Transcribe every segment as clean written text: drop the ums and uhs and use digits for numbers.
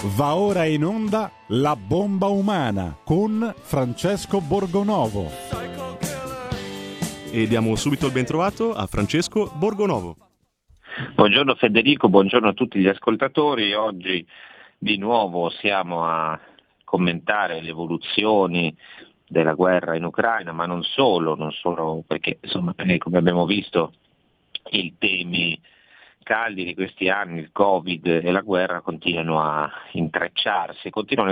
Va ora in onda La bomba umana con Francesco Borgonovo. E diamo subito il bentrovato a Francesco Borgonovo. Buongiorno Federico, buongiorno a tutti gli ascoltatori. Oggi di nuovo siamo a commentare le evoluzioni della guerra in Ucraina, ma non solo perché insomma, come abbiamo visto i temi caldi di questi anni, il Covid e la guerra continuano a intrecciarsi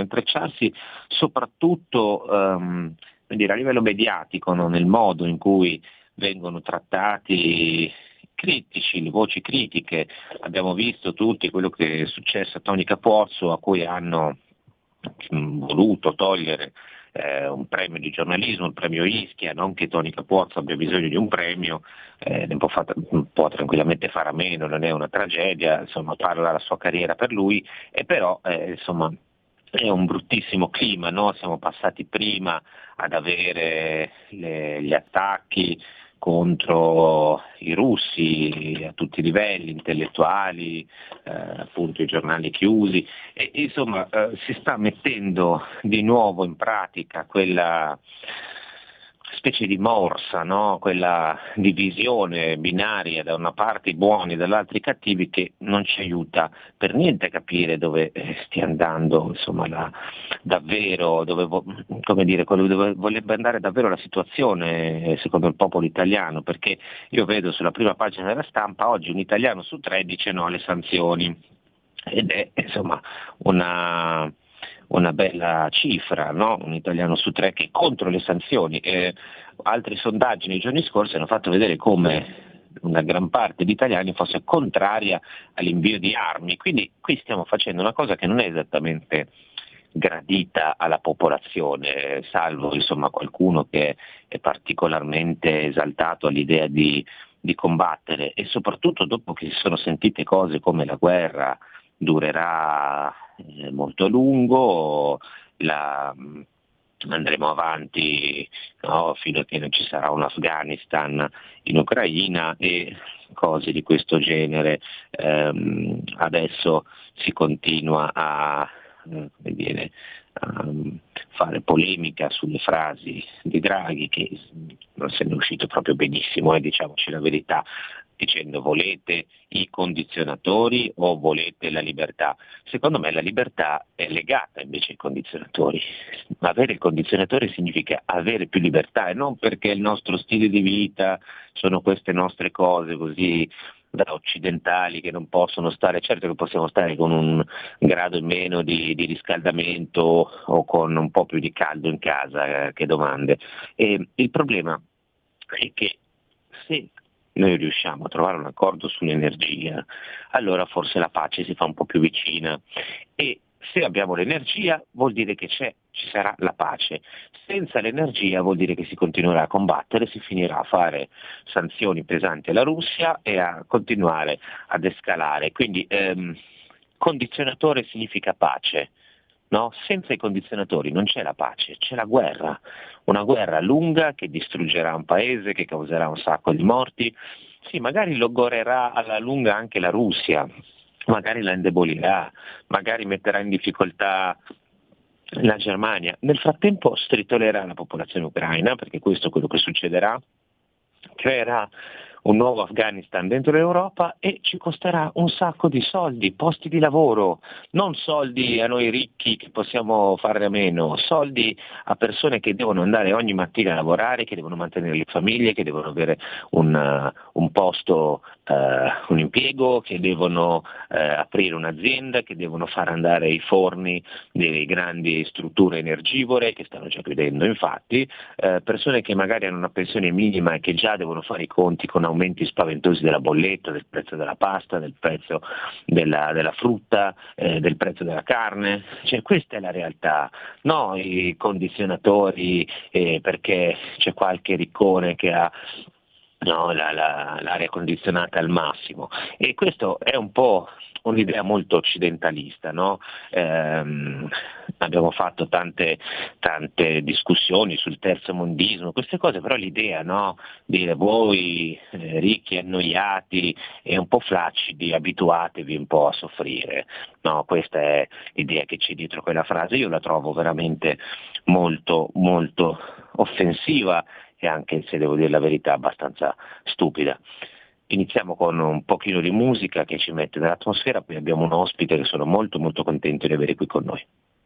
soprattutto a livello mediatico, no? Nel modo in cui vengono trattati critici, le voci critiche. Abbiamo visto tutti quello che è successo a Toni Capozzo, a cui hanno voluto togliere un premio di giornalismo, il premio Ischia. Non che Toni Capozzo abbia bisogno di un premio, ne può tranquillamente fare a meno, non è una tragedia, insomma parla la sua carriera per lui, e però insomma è un bruttissimo clima, no? Siamo passati prima ad avere gli attacchi contro i russi a tutti i livelli, intellettuali, appunto i giornali chiusi, e insomma si sta mettendo di nuovo in pratica quella specie di morsa, no? Quella divisione binaria, da una parte i buoni e dall'altra i cattivi, che non ci aiuta per niente a capire dove stia andando, insomma, davvero, dove vorrebbe andare davvero la situazione secondo il popolo italiano, perché io vedo sulla prima pagina della Stampa oggi un italiano su 3 dice no alle sanzioni, ed è insomma una bella cifra, no? Un italiano su 3 che è contro le sanzioni. Altri sondaggi nei giorni scorsi hanno fatto vedere come una gran parte di italiani fosse contraria all'invio di armi, quindi qui stiamo facendo una cosa che non è esattamente gradita alla popolazione, salvo insomma qualcuno che è particolarmente esaltato all'idea di combattere, e soprattutto dopo che si sono sentite cose come la guerra durerà molto a lungo, andremo avanti, no, fino a che non ci sarà un Afghanistan in Ucraina e cose di questo genere. Adesso si continua a fare polemica sulle frasi di Draghi, che non se ne è uscito proprio benissimo, diciamoci la verità, dicendo volete i condizionatori o volete la libertà. Secondo me la libertà è legata invece ai condizionatori. Avere il condizionatore significa avere più libertà, e non perché il nostro stile di vita sono queste nostre cose così da occidentali che non possono stare. Certo che possiamo stare con un grado in meno di riscaldamento o con un po' più di caldo in casa, che domande. E il problema è che se noi riusciamo a trovare un accordo sull'energia, allora forse la pace si fa un po' più vicina, e se abbiamo l'energia vuol dire che ci sarà la pace. Senza l'energia vuol dire che si continuerà a combattere, si finirà a fare sanzioni pesanti alla Russia e a continuare ad escalare. Quindi condizionatore significa pace. No? Senza i condizionatori non c'è la pace, c'è la guerra, una guerra lunga che distruggerà un paese, che causerà un sacco di morti, sì, magari logorerà alla lunga anche la Russia, magari la indebolirà, magari metterà in difficoltà la Germania. Nel frattempo stritolerà la popolazione ucraina, perché questo è quello che succederà, creerà un nuovo Afghanistan dentro l'Europa e ci costerà un sacco di soldi, posti di lavoro, non soldi a noi ricchi che possiamo farne a meno, soldi a persone che devono andare ogni mattina a lavorare, che devono mantenere le famiglie, che devono avere un posto, un impiego, che devono aprire un'azienda, che devono far andare i forni delle grandi strutture energivore che stanno già chiudendo infatti, persone che magari hanno una pensione minima e che già devono fare i conti con aumenti spaventosi della bolletta, del prezzo della pasta, del prezzo della frutta, del prezzo della carne. Cioè, questa è la realtà, no i condizionatori perché c'è qualche riccone che ha no, l'aria condizionata al massimo, e questo è un po' un'idea molto occidentalista, no? Abbiamo fatto tante discussioni sul terzo mondismo, queste cose, però l'idea, no? Dire voi ricchi, annoiati e un po' flaccidi, abituatevi un po' a soffrire, no? Questa è l'idea che c'è dietro quella frase. Io la trovo veramente molto molto offensiva e anche, se devo dire la verità, abbastanza stupida. Iniziamo con un pochino di musica che ci mette nell'atmosfera, poi abbiamo un ospite che sono molto molto contento di avere qui con noi.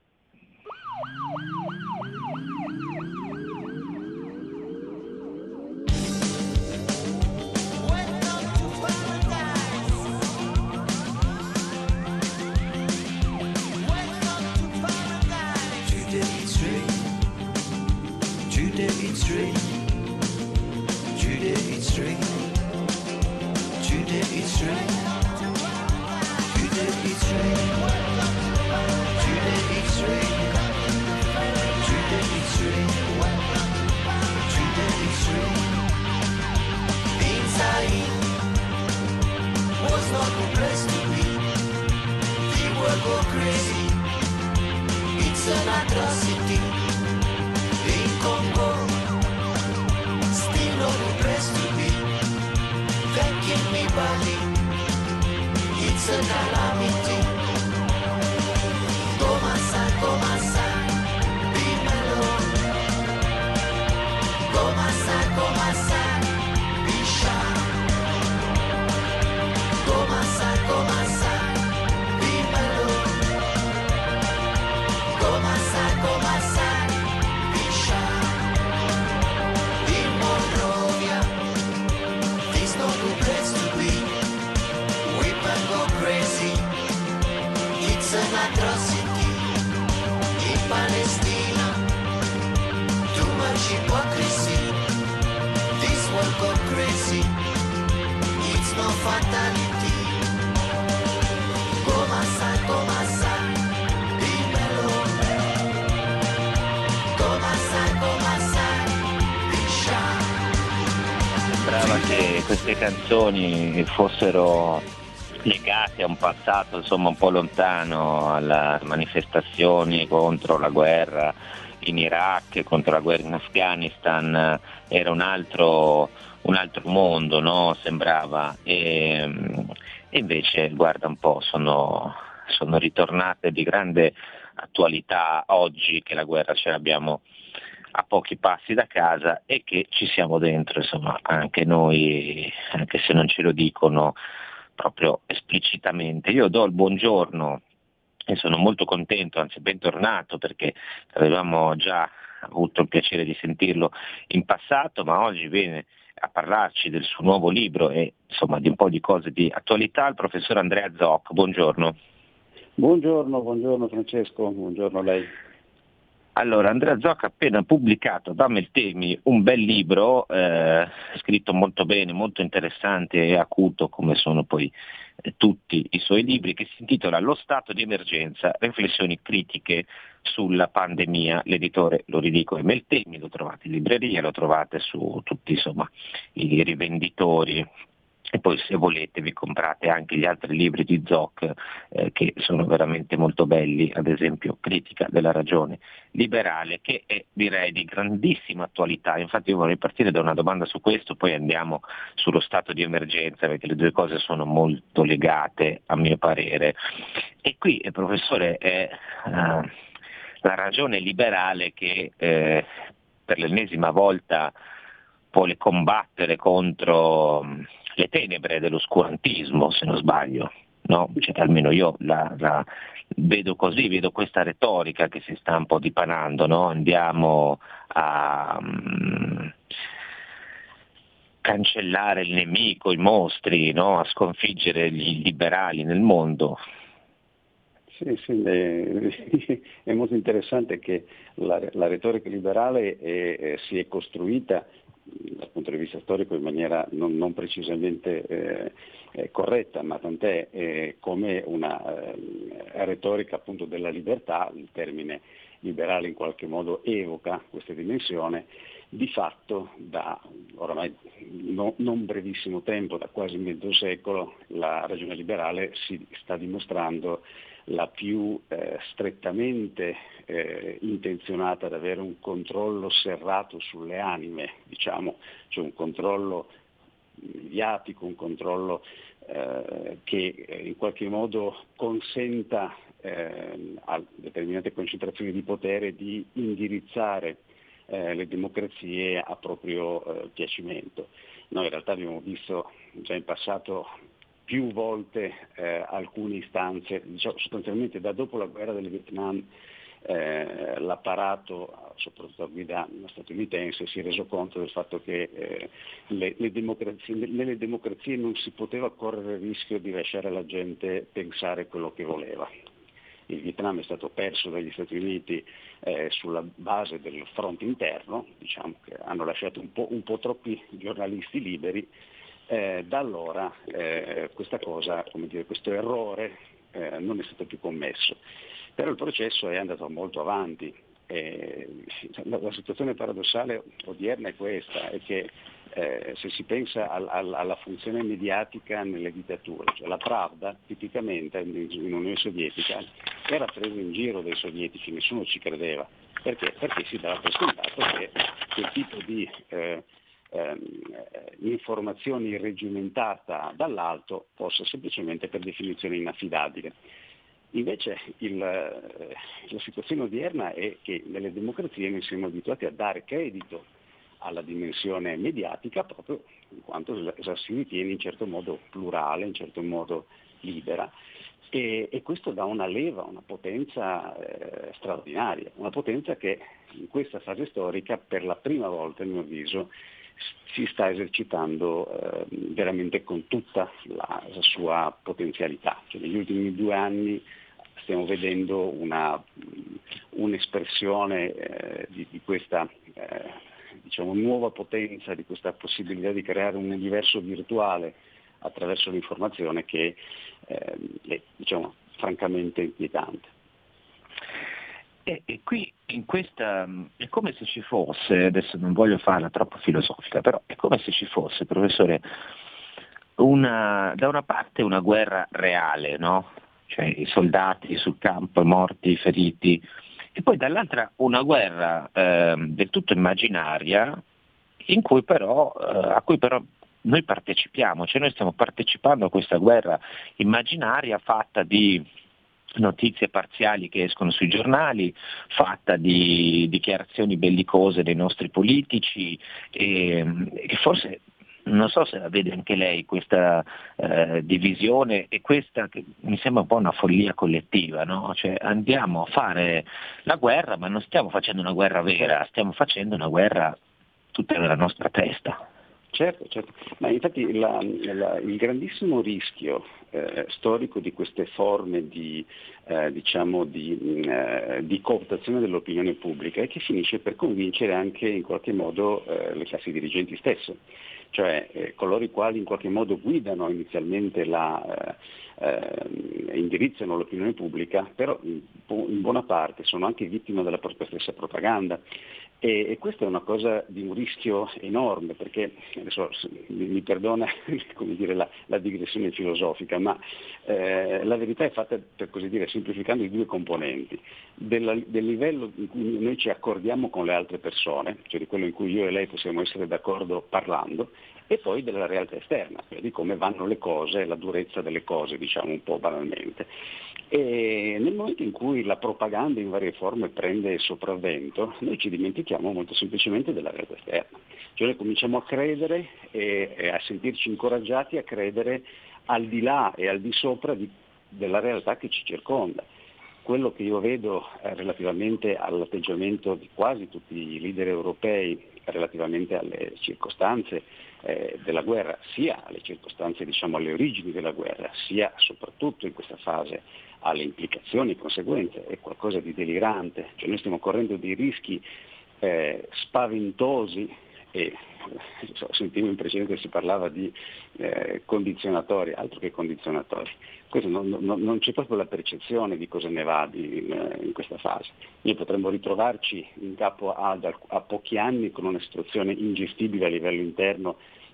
Sembrava che queste canzoni fossero legate a un passato, insomma, un po' lontano, alle manifestazioni contro la guerra in Iraq, contro la guerra in Afghanistan. Era un altro mondo, no? Sembrava, e invece guarda un po', sono ritornate di grande attualità oggi che la guerra ce l'abbiamo a pochi passi da casa e che ci siamo dentro, insomma, anche noi, anche se non ce lo dicono proprio esplicitamente. Io do il buongiorno e sono molto contento, anzi bentornato, perché avevamo già avuto il piacere di sentirlo in passato, ma oggi viene a parlarci del suo nuovo libro e insomma di un po' di cose di attualità il professor Andrea Zoc. Buongiorno. Buongiorno Francesco, buongiorno a lei. Allora, Andrea Zoc ha appena pubblicato da Meltemi un bel libro, scritto molto bene, molto interessante e acuto, come sono poi tutti i suoi libri, che si intitola Lo stato di emergenza, riflessioni critiche sulla pandemia. L'editore, lo ridico, è Meltemi, lo trovate in libreria, lo trovate su tutti, insomma, i rivenditori. E poi, se volete, vi comprate anche gli altri libri di Zoc che sono veramente molto belli, ad esempio Critica della ragione liberale, che è, direi, di grandissima attualità. Infatti io vorrei partire da una domanda su questo, poi andiamo sullo stato di emergenza, perché le due cose sono molto legate a mio parere. E qui, professore, è la ragione liberale che per l'ennesima volta vuole combattere contro le tenebre dell'oscurantismo, se non sbaglio, no? Cioè, almeno io la vedo così, vedo questa retorica che si sta un po' dipanando, no? Andiamo a cancellare il nemico, i mostri, no? A sconfiggere i liberali nel mondo. Sì, è molto interessante che la retorica liberale si è costruita dal punto di vista storico in maniera non precisamente corretta, ma tant'è come una retorica appunto della libertà. Il termine liberale in qualche modo evoca questa dimensione. Di fatto da ormai non brevissimo tempo, da quasi mezzo secolo, la ragione liberale si sta dimostrando la più strettamente intenzionata ad avere un controllo serrato sulle anime, diciamo, cioè un controllo mediatico, un controllo che in qualche modo consenta a determinate concentrazioni di potere di indirizzare le democrazie a proprio piacimento. Noi in realtà abbiamo visto già in passato più volte alcune istanze, diciamo, sostanzialmente da dopo la guerra del Vietnam l'apparato, soprattutto a guida statunitense, si è reso conto del fatto che nelle democrazie non si poteva correre il rischio di lasciare la gente pensare quello che voleva. Il Vietnam è stato perso dagli Stati Uniti sulla base del fronte interno, diciamo che hanno lasciato un po' troppi giornalisti liberi. Da allora questa cosa, come dire, questo errore non è stato più commesso. Però il processo è andato molto avanti. La situazione paradossale odierna è questa, è che se si pensa alla funzione mediatica nelle dittature, cioè la Pravda tipicamente in Unione Sovietica era presa in giro dai sovietici, nessuno ci credeva. Perché? Perché si dava per scontato che quel tipo di informazione irreggimentata dall'alto fosse semplicemente per definizione inaffidabile. Invece la situazione odierna è che nelle democrazie noi siamo abituati a dare credito alla dimensione mediatica proprio in quanto essa si ritiene in certo modo plurale, in certo modo libera, e questo dà una leva, una potenza straordinaria, una potenza che in questa fase storica per la prima volta, a mio avviso, si sta esercitando veramente con tutta la sua potenzialità. Cioè, negli ultimi 2 anni stiamo vedendo un'espressione di questa diciamo, nuova potenza, di questa possibilità di creare un universo virtuale attraverso l'informazione che è diciamo, francamente inquietante. E qui in questa è come se ci fosse, adesso non voglio farla troppo filosofica, però è come se ci fosse, professore, da una parte una guerra reale, no? Cioè i soldati sul campo, morti, feriti, e poi dall'altra una guerra del tutto immaginaria a cui però noi partecipiamo, cioè noi stiamo partecipando a questa guerra immaginaria fatta di notizie parziali che escono sui giornali, fatta di dichiarazioni bellicose dei nostri politici e forse non so se la vede anche lei questa divisione e questa che mi sembra un po' una follia collettiva, no? Cioè andiamo a fare la guerra ma non stiamo facendo una guerra vera, stiamo facendo una guerra tutta nella nostra testa. Certo, ma infatti il grandissimo rischio storico di queste forme di cooptazione dell'opinione pubblica è che finisce per convincere anche in qualche modo le classi dirigenti stesse, cioè coloro i quali in qualche modo guidano inizialmente indirizzano l'opinione pubblica, però in buona parte sono anche vittime della propria stessa propaganda. E questa è una cosa di un rischio enorme, perché adesso mi perdona come dire, la digressione filosofica, ma la verità è fatta, per così dire, semplificando i 2 componenti, del livello in cui noi ci accordiamo con le altre persone, cioè di quello in cui io e lei possiamo essere d'accordo parlando, e poi della realtà esterna, cioè di come vanno le cose, la durezza delle cose, diciamo un po' banalmente. E nel momento in cui la propaganda in varie forme prende il sopravvento, noi ci dimentichiamo molto semplicemente della realtà esterna. Cioè noi cominciamo a credere e a sentirci incoraggiati a credere al di là e al di sopra della realtà che ci circonda. Quello che io vedo relativamente all'atteggiamento di quasi tutti i leader europei relativamente alle circostanze della guerra, sia alle circostanze, diciamo, alle origini della guerra, sia soprattutto in questa fase alle implicazioni e conseguenze, è qualcosa di delirante. Cioè noi stiamo correndo dei rischi spaventosi e sentivo in precedenza si parlava di condizionatori, altro che condizionatori. Questo non c'è proprio la percezione di cosa ne va in questa fase. Noi potremmo ritrovarci in capo a pochi anni con una situazione ingestibile a livello interno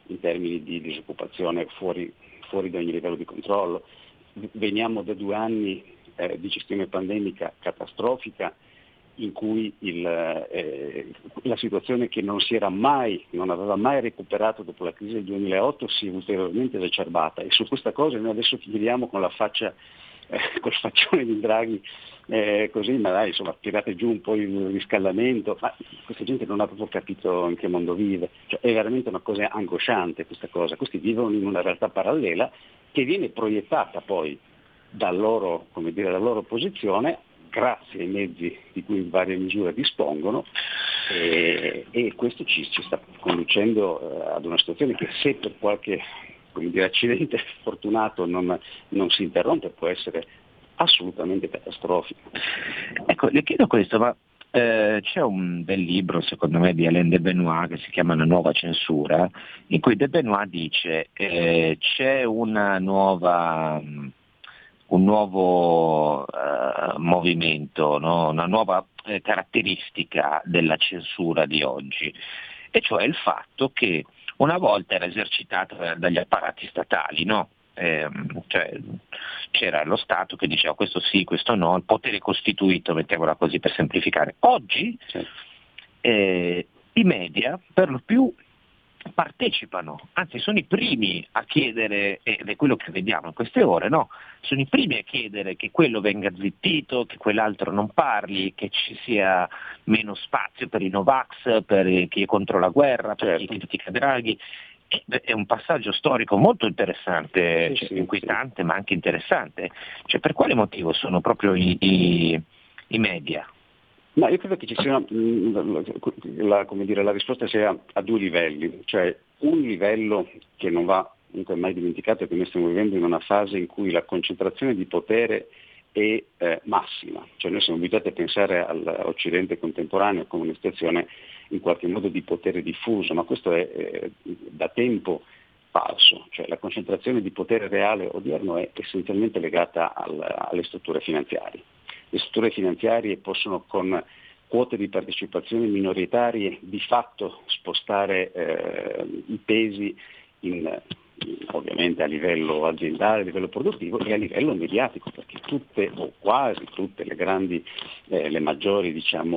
in termini di disoccupazione fuori da ogni livello di controllo. Veniamo da 2 anni di gestione pandemica catastrofica, in cui la situazione che non aveva mai recuperato dopo la crisi del 2008 si è ulteriormente esacerbata, e su questa cosa noi adesso chiediamo con la faccia, col faccione di Draghi, così, ma dai, insomma, tirate giù un po' il riscaldamento, ma questa gente non ha proprio capito in che mondo vive, cioè, è veramente una cosa angosciante questa cosa. Questi vivono in una realtà parallela che viene proiettata poi dalla loro posizione, grazie ai mezzi di cui in varie misure dispongono, e questo ci sta conducendo ad una situazione che, se per qualche accidente fortunato non si interrompe, può essere assolutamente catastrofica. Ecco, le chiedo questo, ma c'è un bel libro, secondo me, di Alain de Benoist, che si chiama La nuova censura, in cui de Benoist dice c'è un nuovo movimento, no? Una nuova caratteristica della censura di oggi, e cioè il fatto che una volta era esercitata dagli apparati statali, no? Cioè, c'era lo Stato che diceva questo sì, questo no, il potere costituito, mettiamola così per semplificare. Oggi i media per lo più partecipano, anzi sono i primi a chiedere, ed è quello che vediamo in queste ore, no? Sono i primi a chiedere che quello venga zittito, che quell'altro non parli, che ci sia meno spazio per i Novax, per chi è contro la guerra, per chi critica Draghi. È un passaggio storico molto interessante, inquietante, ma anche interessante. Cioè, per quale motivo sono proprio i media? Ma io credo che ci sia la risposta sia a 2 livelli, cioè un livello che non va comunque mai dimenticato, è che noi stiamo vivendo in una fase in cui la concentrazione di potere è massima, cioè noi siamo abituati a pensare all'Occidente contemporaneo come una situazione in qualche modo di potere diffuso, ma questo è da tempo falso, cioè la concentrazione di potere reale odierno è essenzialmente legata alle strutture finanziarie. Le strutture finanziarie possono, con quote di partecipazione minoritarie, di fatto spostare i pesi ovviamente a livello aziendale, a livello produttivo e a livello mediatico, perché tutte o quasi tutte le grandi, le maggiori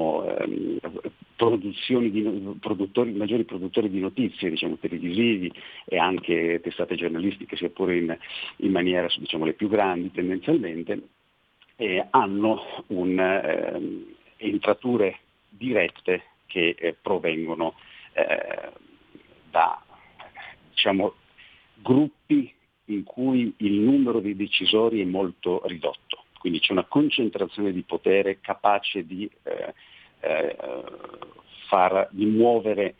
maggiori produttori di notizie, televisivi e anche testate giornalistiche, sia pure in maniera le più grandi tendenzialmente, hanno entrature dirette che provengono da gruppi in cui il numero dei decisori è molto ridotto, quindi c'è una concentrazione di potere capace di muovere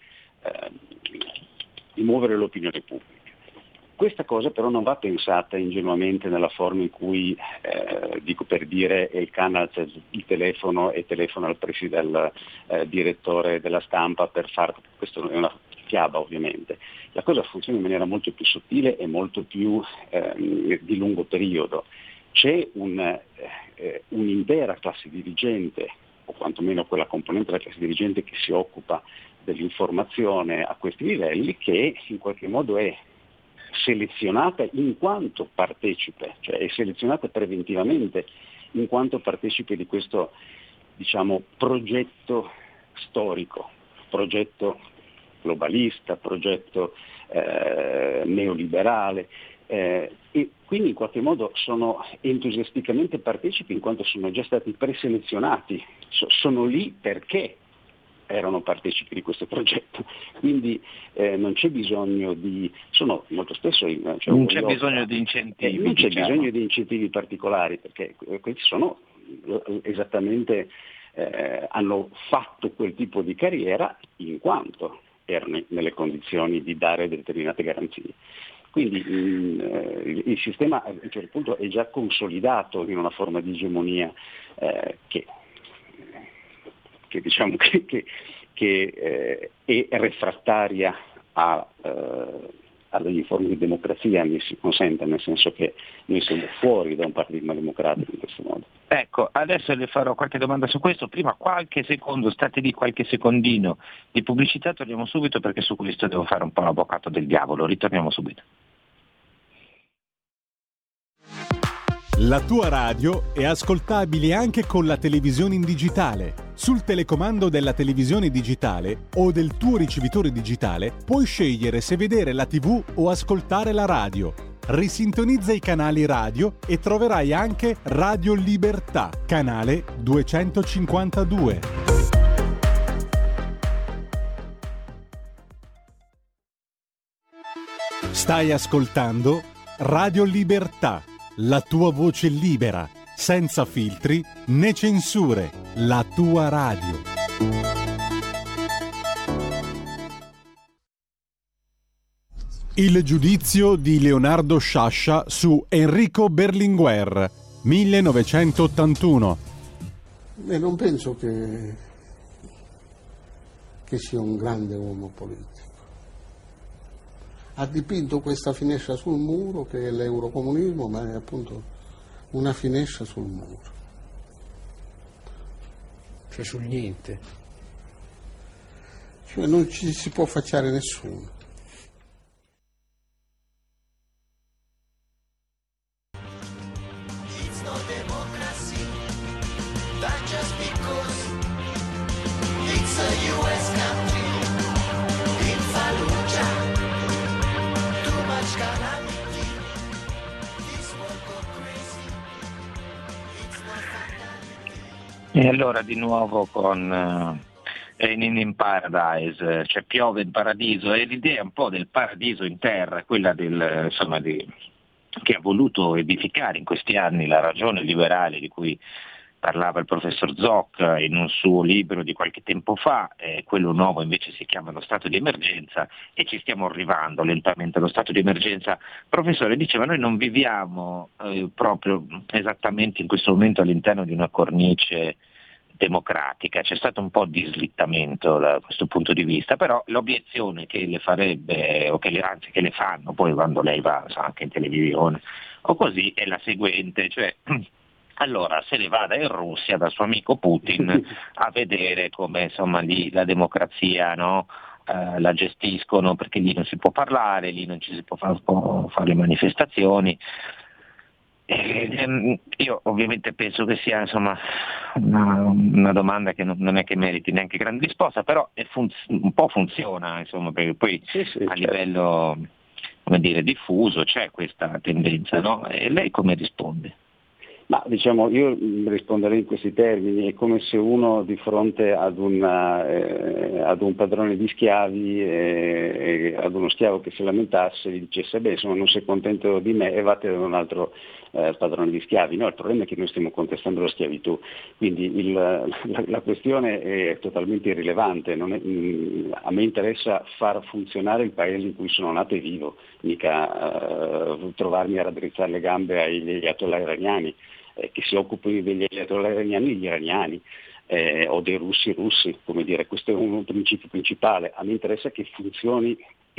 l'opinione pubblica. Questa cosa però non va pensata ingenuamente nella forma in cui, dico per dire, il cane alza il telefono e telefona al direttore della stampa per fare, questo è una fiaba ovviamente. La cosa funziona in maniera molto più sottile e molto più di lungo periodo. C'è un'intera classe dirigente, o quantomeno quella componente della classe dirigente che si occupa dell'informazione a questi livelli, che in qualche modo è selezionata in quanto partecipe, cioè è selezionata preventivamente in quanto partecipe di questo progetto storico, progetto globalista, progetto neoliberale, e quindi in qualche modo sono entusiasticamente partecipi in quanto sono già stati preselezionati, sono lì perché erano partecipi di questo progetto, quindi non c'è bisogno sono molto spesso non c'è bisogno di incentivi, non c'è bisogno di incentivi particolari, perché questi sono esattamente hanno fatto quel tipo di carriera in quanto erano nelle condizioni di dare determinate garanzie. Quindi il sistema a un certo punto è già consolidato in una forma di egemonia che è refrattaria ad ogni forma di democrazia, mi si consente, nel senso che noi siamo fuori da un paradigma democratico in questo modo. Ecco, adesso le farò qualche domanda su questo, prima qualche secondo, state lì qualche secondino di pubblicità, torniamo subito perché su questo devo fare un po' l'avvocato del diavolo, ritorniamo subito. La tua radio è ascoltabile anche con la televisione in digitale. Sul telecomando della televisione digitale o del tuo ricevitore digitale puoi scegliere se vedere la TV o ascoltare la radio. Risintonizza i canali radio e troverai anche Radio Libertà, canale 252. Stai ascoltando Radio Libertà, la tua voce libera, senza filtri né censure, la tua radio. Il giudizio di Leonardo Sciascia su Enrico Berlinguer, 1981. Non penso che sia un grande uomo politico. Ha dipinto questa finestra sul muro che è l'eurocomunismo, ma è appunto una finestra sul muro. Cioè sul niente. Cioè non ci si può affacciare nessuno. E allora di nuovo con Raining in Paradise, cioè piove in paradiso, e l'idea un po' del paradiso in terra, quella che ha voluto edificare in questi anni la ragione liberale di cui parlava il professor Zoc in un suo libro di qualche tempo fa, quello nuovo invece si chiama Lo Stato di Emergenza, e ci stiamo arrivando lentamente allo Stato di Emergenza. Professore, diceva, noi non viviamo proprio esattamente in questo momento all'interno di una cornice democratica, c'è stato un po' di slittamento da questo punto di vista, però l'obiezione che le farebbe, o che le fanno poi quando lei va anche in televisione o così, è la seguente, cioè allora se ne vada in Russia dal suo amico Putin a vedere come insomma lì la democrazia, no? La gestiscono, perché lì non si può parlare, lì non ci si può fare manifestazioni. Io ovviamente penso che sia insomma una domanda che non è che meriti neanche grande risposta, però un po' funziona, insomma, perché poi sì, a livello, come dire, diffuso c'è questa tendenza, no? E lei come risponde? Ma diciamo, io risponderei in questi termini: è come se uno di fronte ad un padrone di schiavi e ad uno schiavo che si lamentasse gli dicesse beh, insomma, non sei contento di me e vattene da un altro padrone di schiavi. No, il problema è che noi stiamo contestando la schiavitù, quindi la questione è totalmente irrilevante. A me interessa far funzionare il paese in cui sono nato e vivo, mica trovarmi a raddrizzare le gambe agli ayatollah iraniani. Che si occupino degli ayatollah iraniani gli iraniani o dei russi, come dire, questo è un principio principale. A me interessa che funzionino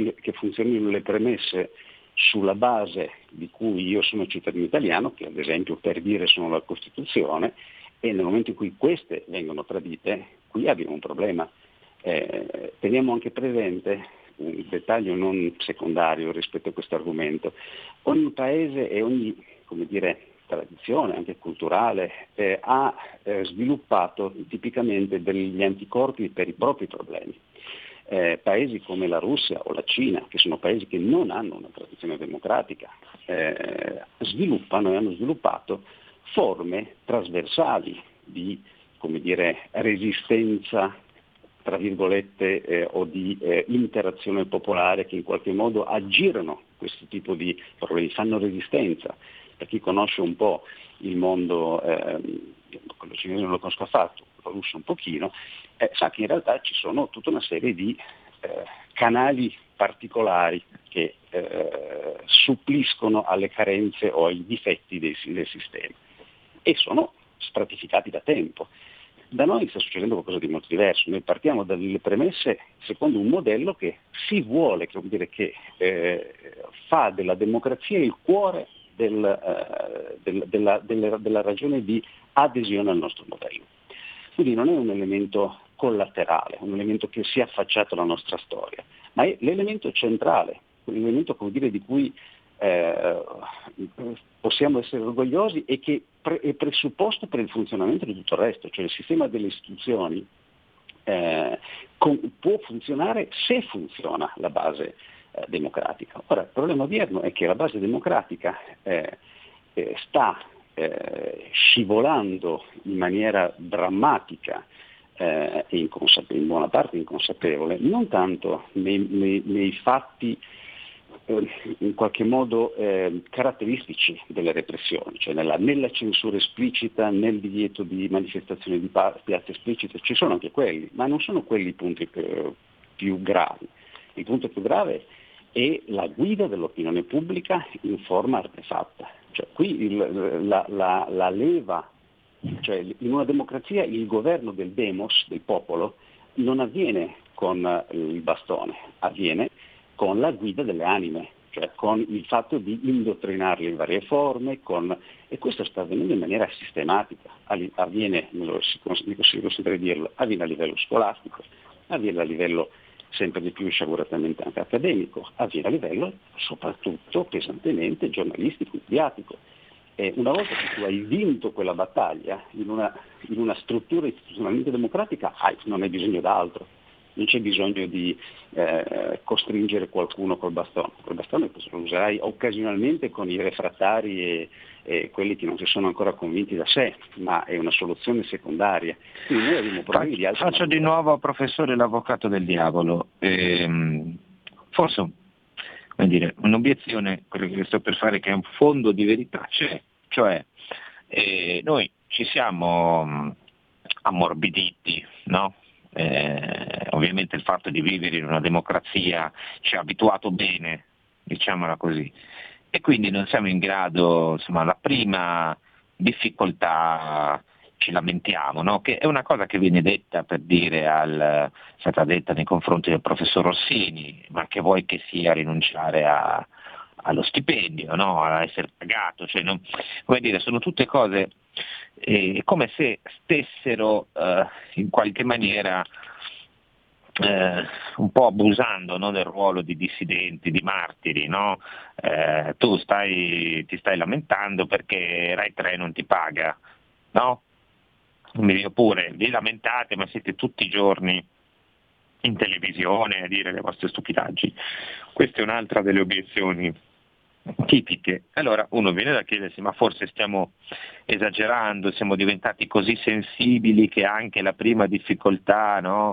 le premesse sulla base di cui io sono cittadino italiano, che ad esempio per dire sono la Costituzione, e nel momento in cui queste vengono tradite, qui abbiamo un problema. Teniamo anche presente un dettaglio non secondario rispetto a questo argomento: ogni paese e ogni, come dire, tradizione anche culturale ha sviluppato tipicamente degli anticorpi per i propri problemi. Paesi come la Russia o la Cina, che sono paesi che non hanno una tradizione democratica, sviluppano e hanno sviluppato forme trasversali di, come dire, resistenza, tra virgolette, o di interazione popolare, che in qualche modo aggirano questo tipo di problemi, fanno resistenza. Per chi conosce un po' il mondo, quello cinese non lo conosco affatto, lo russo un pochino, sa che in realtà ci sono tutta una serie di canali particolari che suppliscono alle carenze o ai difetti del sistema e sono stratificati da tempo. Da noi sta succedendo qualcosa di molto diverso. Noi partiamo dalle premesse secondo un modello che si vuole, come dire, che fa della democrazia il cuore della ragione di adesione al nostro modello. Quindi non è un elemento collaterale, un elemento che si è affacciato alla nostra storia, ma è l'elemento centrale, l'elemento, come dire, di cui possiamo essere orgogliosi e che è presupposto per il funzionamento di tutto il resto, cioè il sistema delle istituzioni può funzionare se funziona la base democratica. Ora, il problema odierno è che la base democratica sta scivolando in maniera drammatica e in buona parte inconsapevole, non tanto nei fatti in qualche modo caratteristici delle repressioni, cioè nella censura esplicita, nel divieto di manifestazioni di piazza esplicite, ci sono anche quelli, ma non sono quelli i punti più gravi. Il punto più grave è la guida dell'opinione pubblica in forma artefatta. Cioè, qui la leva, cioè in una democrazia il governo del demos, del popolo, non avviene con il bastone, avviene con la guida delle anime, cioè con il fatto di indottrinarle in varie forme, e questo sta avvenendo in maniera sistematica, avviene, si considera dirlo, avviene a livello scolastico, avviene a livello sempre di più sciaguratamente anche accademico, avviene a livello soprattutto pesantemente giornalistico, mediatico. E una volta che tu hai vinto quella battaglia in una struttura istituzionalmente democratica, non hai bisogno d'altro. Non c'è bisogno di costringere qualcuno col bastone. Col bastone lo userai occasionalmente con i refrattari e quelli che non si sono ancora convinti da sé, ma è una soluzione secondaria. Quindi noi abbiamo problemi di altre Faccio di nuovo, professore, l'avvocato del diavolo. Forse un'obiezione, quello che sto per fare, che è un fondo di verità c'è, cioè noi ci siamo ammorbiditi, no? Ovviamente il fatto di vivere in una democrazia ci ha abituato bene, diciamola così, e quindi non siamo in grado, insomma, la prima difficoltà ci lamentiamo, no? Che è una cosa che viene detta, per dire, è stata detta nei confronti del professor Rossini, ma che vuoi che sia rinunciare allo stipendio, no? A essere pagato, cioè sono tutte cose come se stessero in qualche maniera un po' abusando, no, del ruolo di dissidenti, di martiri, no? Tu ti stai lamentando perché Rai 3 non ti paga, no? Mi dico pure, vi lamentate ma siete tutti i giorni in televisione a dire le vostre stupidaggini. Questa è un'altra delle obiezioni tipiche. Allora uno viene da chiedersi, ma forse stiamo esagerando, siamo diventati così sensibili che anche la prima difficoltà, no,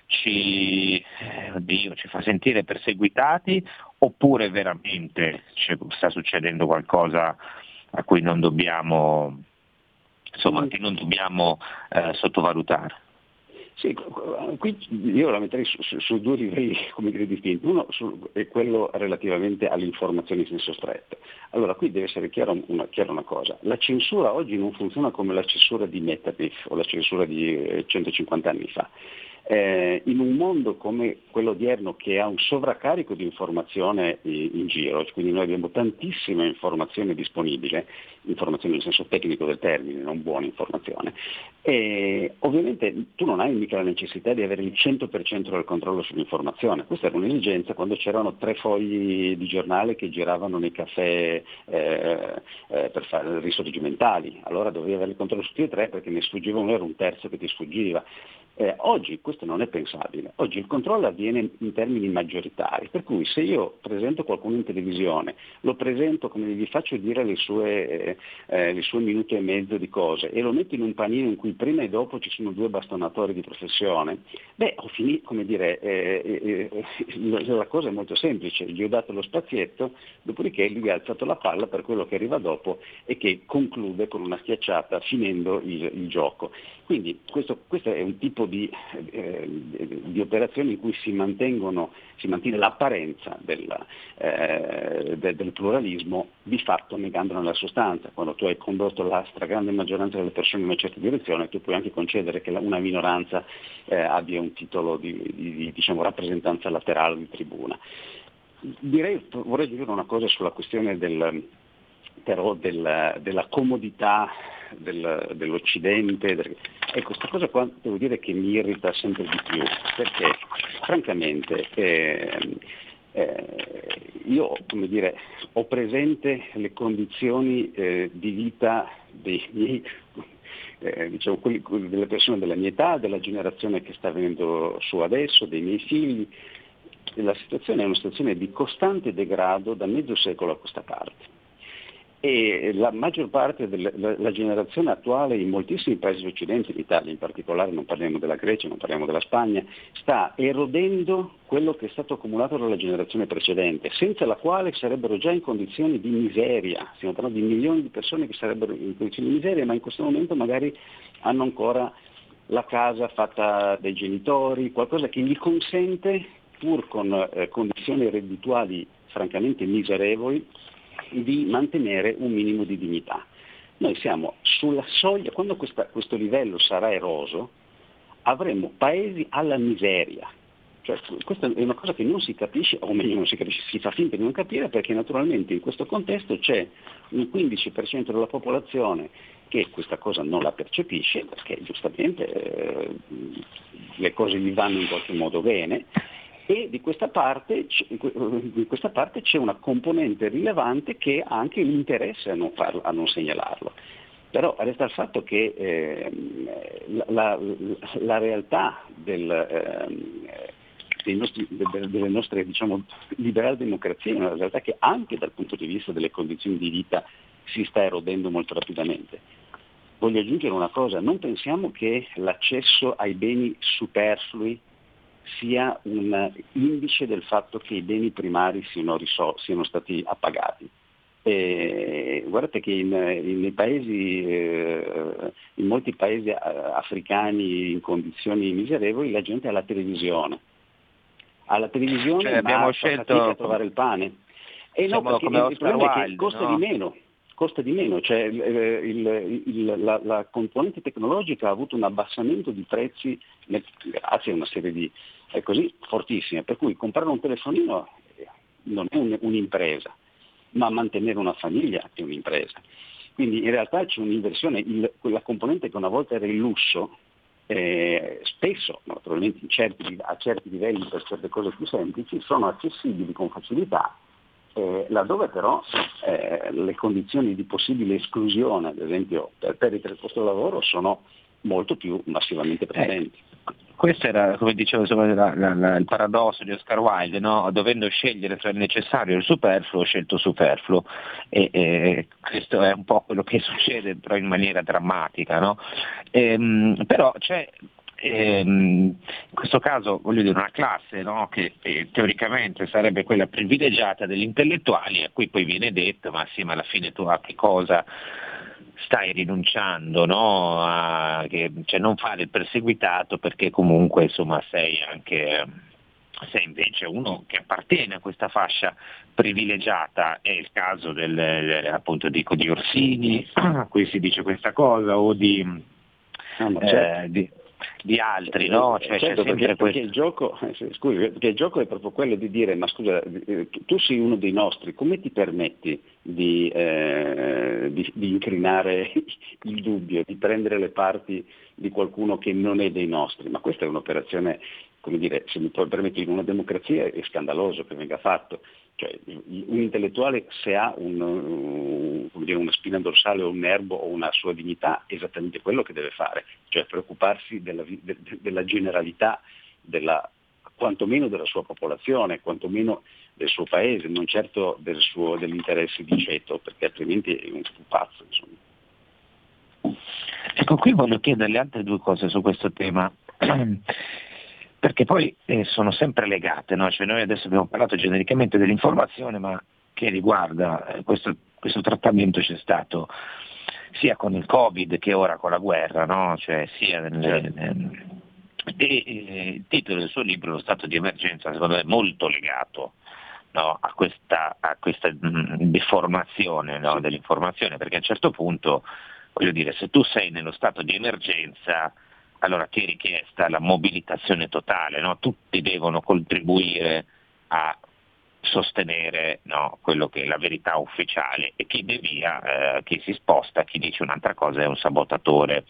ci fa sentire perseguitati, oppure veramente sta succedendo qualcosa a cui non dobbiamo, che non dobbiamo sottovalutare? Sì, qui io la metterei su due livelli, come dire, distinti. Uno è quello relativamente all'informazione in senso stretto. Allora, qui deve essere chiara una cosa. La censura oggi non funziona come la censura di Metapif o la censura di 150 anni fa. In un mondo come quello odierno, che ha un sovraccarico di informazione in giro, quindi noi abbiamo tantissima informazione disponibile, informazione nel senso tecnico del termine, non buona informazione, e ovviamente tu non hai mica la necessità di avere il 100% del controllo sull'informazione. Questa era un'esigenza quando c'erano 3 fogli di giornale che giravano nei caffè per fare risorgimentali, allora dovevi avere il controllo su tutti e 3 perché ne sfuggiva uno, era un terzo che ti sfuggiva. Oggi questo non è pensabile, oggi il controllo avviene in termini maggioritari, per cui se io presento qualcuno in televisione, lo presento, come gli faccio dire le sue minuto e mezzo di cose e lo metto in un panino in cui prima e dopo ci sono 2 bastonatori di professione, ho finito, come dire, la cosa è molto semplice, gli ho dato lo spazietto, dopodiché lui ha alzato la palla per quello che arriva dopo e che conclude con una schiacciata finendo il gioco. Quindi questo è un tipo di operazioni in cui si mantiene l'apparenza del pluralismo, di fatto negandone la sostanza. Quando tu hai condotto la stragrande maggioranza delle persone in una certa direzione, tu puoi anche concedere che una minoranza abbia un titolo di rappresentanza laterale di tribuna. Vorrei aggiungere una cosa sulla questione della comodità dell'Occidente. Ecco, questa cosa qua devo dire che mi irrita sempre di più, perché francamente io, come dire, ho presente le condizioni di vita dei miei, diciamo, delle persone della mia età, della generazione che sta venendo su adesso, dei miei figli. La situazione è una situazione di costante degrado da mezzo secolo a questa parte. E la maggior parte della generazione attuale in moltissimi paesi dell'Occidente, in Italia in particolare, non parliamo della Grecia, non parliamo della Spagna, sta erodendo quello che è stato accumulato dalla generazione precedente, senza la quale sarebbero già in condizioni di miseria. Stiamo parlando di milioni di persone che sarebbero in condizioni di miseria, ma in questo momento magari hanno ancora la casa fatta dai genitori, qualcosa che gli consente, pur con condizioni reddituali francamente miserevoli, di mantenere un minimo di dignità. Noi siamo sulla soglia, quando questo livello sarà eroso, avremo paesi alla miseria. Cioè, questa è una cosa che non si capisce, o meglio non si capisce, si fa finta di non capire, perché naturalmente in questo contesto c'è un 15% della popolazione che questa cosa non la percepisce, perché giustamente le cose gli vanno in qualche modo bene, e di questa parte c'è una componente rilevante che ha anche l'interesse a non segnalarlo. Però resta il fatto che la realtà delle nostre, diciamo, liberali democrazie è una realtà che anche dal punto di vista delle condizioni di vita si sta erodendo molto rapidamente. Voglio aggiungere una cosa: non pensiamo che l'accesso ai beni superflui sia un indice del fatto che i beni primari siano stati appagati. Guardate che in molti paesi africani in condizioni miserevoli la gente ha la televisione. Cioè, abbiamo scelto fatica a trovare il pane. E no, perché il problema è che costa di meno, cioè la componente tecnologica ha avuto un abbassamento di prezzi grazie a una serie di così fortissime, per cui comprare un telefonino non è un'impresa, ma mantenere una famiglia è un'impresa. Quindi in realtà c'è un'inversione, quella componente che una volta era il lusso, spesso naturalmente a certi livelli per certe cose più semplici sono accessibili con facilità, laddove però le condizioni di possibile esclusione, ad esempio per perdita del posto di lavoro, sono molto più massivamente presenti. Questo era, come dicevo, il paradosso di Oscar Wilde, no? Dovendo scegliere tra il necessario e il superfluo, ho scelto superfluo, e questo è un po' quello che succede, però in maniera drammatica, no? Però c'è in questo caso, voglio dire, una classe, no? Che teoricamente sarebbe quella privilegiata degli intellettuali, a cui poi viene detto: ma sì, ma alla fine tu a che cosa stai rinunciando, no? Cioè non fare il perseguitato, perché comunque insomma sei invece uno che appartiene a questa fascia privilegiata. È il caso appunto di Orsini, a cui si dice questa cosa, o di altri, no? Cioè, certo, c'è sempre perché il gioco, perché il gioco è proprio quello di dire: ma scusa, tu sei uno dei nostri, come ti permetti di incrinare il dubbio, di prendere le parti di qualcuno che non è dei nostri? Ma questa è un'operazione, come dire, se mi puoi permettere, in una democrazia è scandaloso che venga fatto. Cioè, un intellettuale, se ha una spina dorsale o un nervo o una sua dignità, è esattamente quello che deve fare, cioè preoccuparsi della generalità, quantomeno della sua popolazione, quantomeno del suo paese, non certo dell'interesse di ceto, perché altrimenti è un pupazzo, insomma. Ecco, qui voglio chiederle altre due cose su questo tema. Perché poi sono sempre legate, no? Cioè noi adesso abbiamo parlato genericamente dell'informazione, ma che riguarda questo trattamento c'è stato sia con il Covid che ora con la guerra, no? Cioè sia il titolo del suo libro, Lo stato di emergenza, secondo me è molto legato, no? a questa deformazione, no? dell'informazione, perché a un certo punto, voglio dire, se tu sei nello stato di emergenza, allora ti è richiesta la mobilitazione totale, no? Tutti devono contribuire a sostenere, no, quello che è la verità ufficiale, e chi devia, chi si sposta, chi dice un'altra cosa è un sabotatore.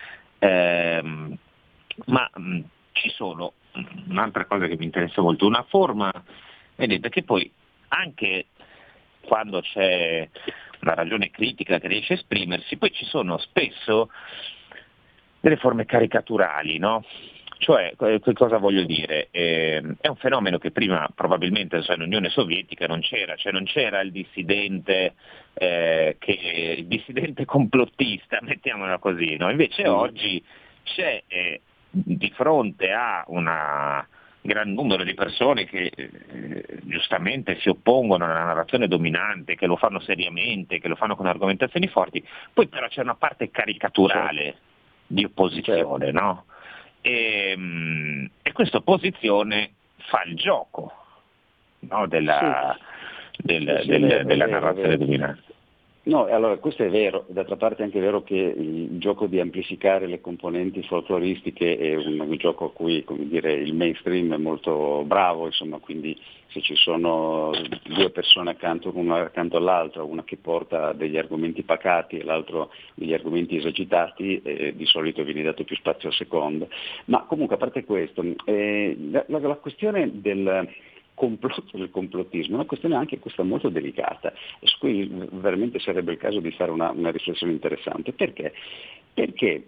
Ma ci sono un'altra cosa che mi interessa molto, una forma, vedete, che poi anche quando c'è una ragione critica che riesce a esprimersi, poi ci sono spesso delle forme caricaturali, no? Cioè, che cosa voglio dire? È un fenomeno che prima probabilmente in Unione Sovietica non c'era, cioè non c'era il dissidente, il dissidente complottista, mettiamola così, no? Invece oggi c'è di fronte a un gran numero di persone che giustamente si oppongono alla narrazione dominante, che lo fanno seriamente, che lo fanno con argomentazioni forti, poi però c'è una parte caricaturale di opposizione, no? E questa opposizione fa il gioco, no, della narrazione dominante. No, allora questo è vero, d'altra parte è anche vero che il gioco di amplificare le componenti folcloristiche è un gioco a cui, come dire, il mainstream è molto bravo, insomma, quindi se ci sono due persone accanto, una accanto all'altra, una che porta degli argomenti pacati e l'altro degli argomenti esagitati, di solito viene dato più spazio al secondo. Ma comunque, a parte questo, la questione del complottismo è una questione anche questa molto delicata, su cui veramente sarebbe il caso di fare una riflessione interessante. Perché? Perché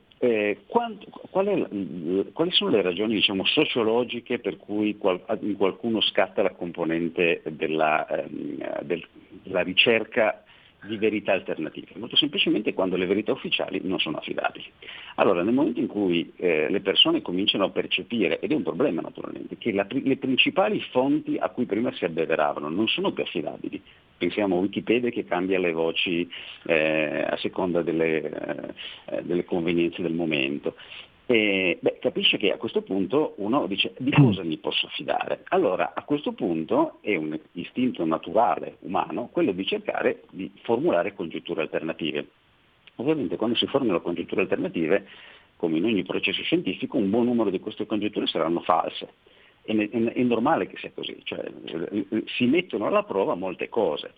quali sono le ragioni, diciamo, sociologiche per cui in qualcuno scatta la componente della ricerca di verità alternative? Molto semplicemente quando le verità ufficiali non sono affidabili. Allora, nel momento in cui le persone cominciano a percepire, ed è un problema naturalmente, che le principali fonti a cui prima si abbeveravano non sono più affidabili, pensiamo a Wikipedia che cambia le voci a seconda delle convenienze del momento, capisce che a questo punto uno dice: di cosa mi posso fidare? Allora a questo punto è un istinto naturale umano quello di cercare di formulare congetture alternative. Ovviamente quando si formulano congetture alternative, come in ogni processo scientifico, un buon numero di queste congetture saranno false. È normale che sia così, cioè si mettono alla prova molte cose.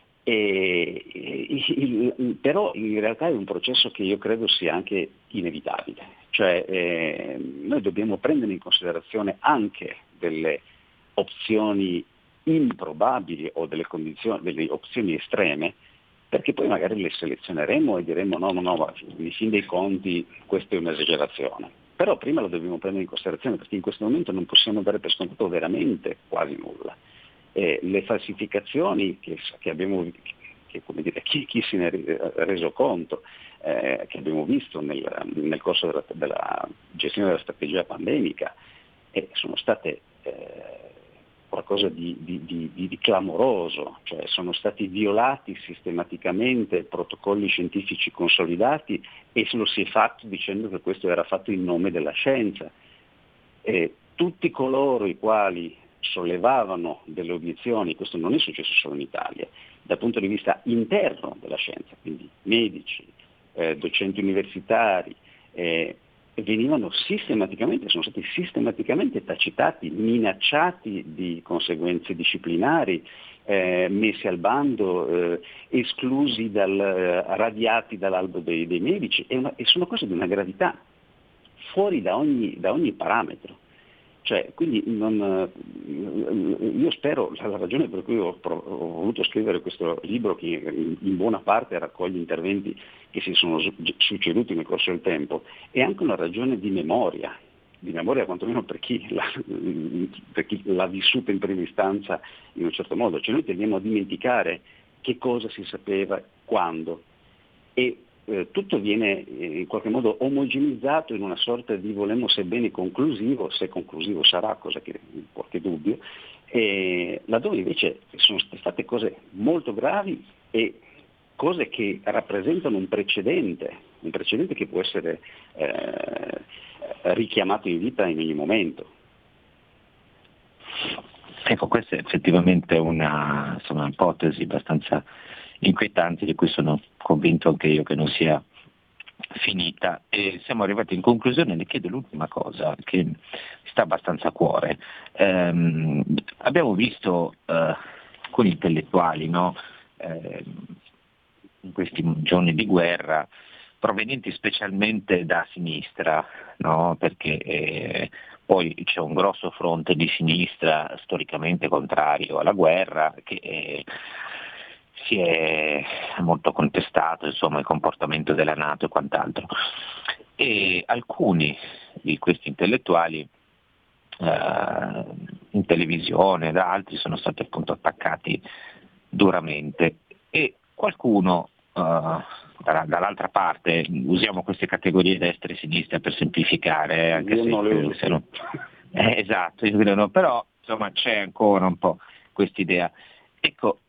Però in realtà è un processo che io credo sia anche inevitabile, cioè noi dobbiamo prendere in considerazione anche delle opzioni improbabili o delle opzioni estreme, perché poi magari le selezioneremo e diremo no, in fin dei conti questa è un'esagerazione. Però prima lo dobbiamo prendere in considerazione, perché in questo momento non possiamo dare per scontato veramente quasi nulla. Le falsificazioni che abbiamo, come dire, chi se ne è reso conto, che abbiamo visto nel corso della gestione della strategia pandemica, sono state qualcosa di clamoroso, cioè sono stati violati sistematicamente protocolli scientifici consolidati e lo si è fatto dicendo che questo era fatto in nome della scienza. Tutti coloro i quali sollevavano delle obiezioni, questo non è successo solo in Italia, dal punto di vista interno della scienza, quindi medici, docenti universitari, sono stati sistematicamente tacitati, minacciati di conseguenze disciplinari, messi al bando, esclusi radiati dall'albo dei medici, e sono cose di una gravità fuori da ogni parametro. Cioè, quindi io spero, la ragione per cui ho voluto scrivere questo libro, che in buona parte raccoglie interventi che si sono succeduti nel corso del tempo, è anche una ragione di memoria quantomeno per chi l'ha vissuta in prima istanza in un certo modo. Cioè noi tendiamo a dimenticare che cosa si sapeva quando, e tutto viene in qualche modo omogenizzato in una sorta di, volemmo sebbene conclusivo, se conclusivo sarà, cosa che qualche dubbio, laddove invece sono state cose molto gravi e cose che rappresentano un precedente che può essere richiamato in vita in ogni momento. Ecco, questa è effettivamente una ipotesi abbastanza inquietante, di cui sono convinto anche io che non sia finita e siamo arrivati in conclusione. Le chiedo l'ultima cosa che mi sta abbastanza a cuore. Abbiamo visto alcuni intellettuali, no? In questi giorni di guerra, provenienti specialmente da sinistra, no? Perché poi c'è un grosso fronte di sinistra storicamente contrario alla guerra che si è molto contestato, insomma, il comportamento della NATO e quant'altro. E alcuni di questi intellettuali in televisione, da altri, sono stati appunto attaccati duramente e qualcuno dall'altra parte, usiamo queste categorie destra e sinistra per semplificare, anche io non le uso. Esatto, no, però insomma c'è ancora un po' quest'idea. Ecco,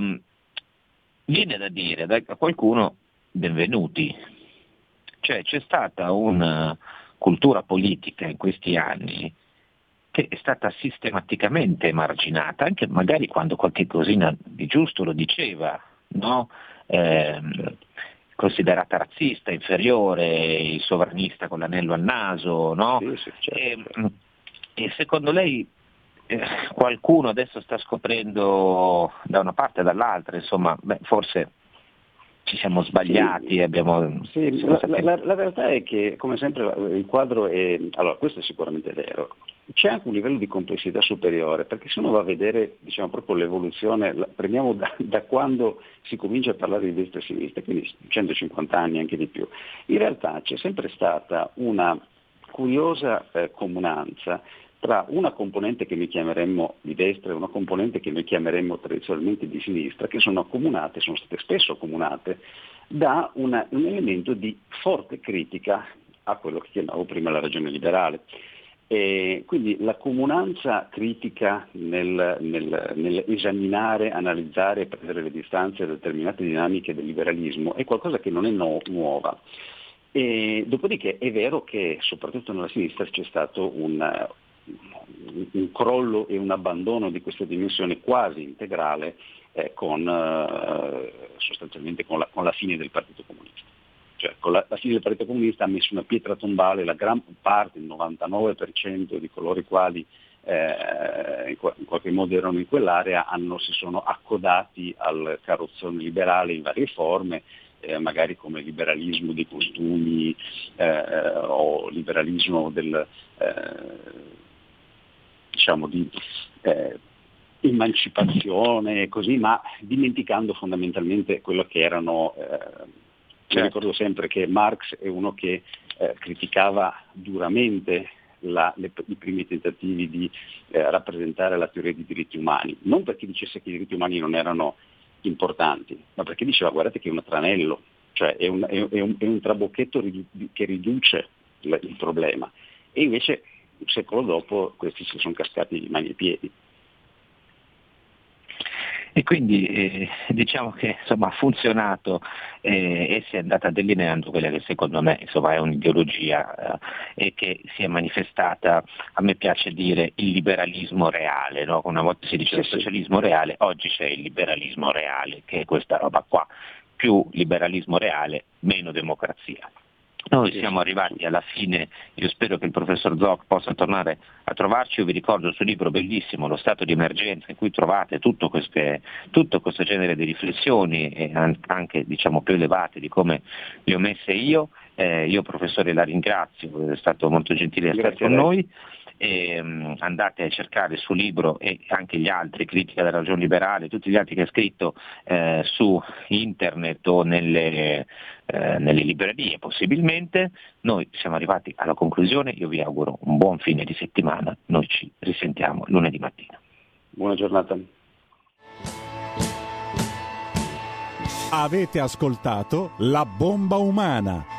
viene da dire a qualcuno benvenuti, cioè c'è stata una cultura politica in questi anni che è stata sistematicamente emarginata, anche magari quando qualche cosina di giusto lo diceva, no? Considerata razzista, inferiore, il sovranista con l'anello al naso, no? Sì, certo. E secondo lei qualcuno adesso sta scoprendo da una parte e dall'altra, insomma, forse ci siamo sbagliati, sì, abbiamo... Sì, la realtà è che, come sempre, il quadro è... Allora, questo è sicuramente vero. C'è anche un livello di complessità superiore, perché se uno va a vedere, diciamo, proprio l'evoluzione, prendiamo da quando si comincia a parlare di destra e sinistra, quindi 150 anni, anche di più, in realtà c'è sempre stata una curiosa comunanza tra una componente che noi chiameremmo di destra e una componente che noi chiameremmo tradizionalmente di sinistra, che sono state spesso accomunate da un elemento di forte critica a quello che chiamavo prima la ragione liberale. E quindi la comunanza critica nell'esaminare, analizzare e prendere le distanze da determinate dinamiche del liberalismo è qualcosa che non è nuova. E dopodiché è vero che soprattutto nella sinistra c'è stato un crollo e un abbandono di questa dimensione quasi integrale sostanzialmente con la fine del Partito Comunista. Cioè, con la fine del Partito Comunista ha messo una pietra tombale la gran parte, il 99% di coloro i quali in qualche modo erano in quell'area si sono accodati al carrozzone liberale in varie forme, magari come liberalismo dei costumi o liberalismo diciamo di emancipazione, così, ma dimenticando fondamentalmente quello che erano. Io ricordo sempre che Marx è uno che criticava duramente i primi tentativi di rappresentare la teoria dei diritti umani, non perché dicesse che i diritti umani non erano importanti, ma perché diceva guardate che è un tranello, cioè è un trabocchetto che riduce il problema, e invece un secolo dopo questi si sono cascati di mani e piedi. E quindi diciamo che insomma ha funzionato e si è andata delineando quella che secondo me insomma è un'ideologia e che si è manifestata, a me piace dire, il liberalismo reale, no? Una volta si diceva socialismo reale, oggi c'è il liberalismo reale, che è questa roba qua, più liberalismo reale, meno democrazia. Noi siamo arrivati alla fine, io spero che il professor Zoc possa tornare a trovarci. Io vi ricordo il suo libro bellissimo, Lo Stato di Emergenza, in cui trovate tutto questo genere di riflessioni e anche diciamo più elevate di come le ho messe io. Io professore la ringrazio, è stato molto gentile di stare con noi. E, andate a cercare il suo libro e anche gli altri, Critica della ragione liberale, tutti gli altri che ha scritto su internet o nelle librerie possibilmente. Noi siamo arrivati alla conclusione, io vi auguro un buon fine di settimana, noi ci risentiamo lunedì mattina. Buona giornata. Avete ascoltato La Bomba Umana,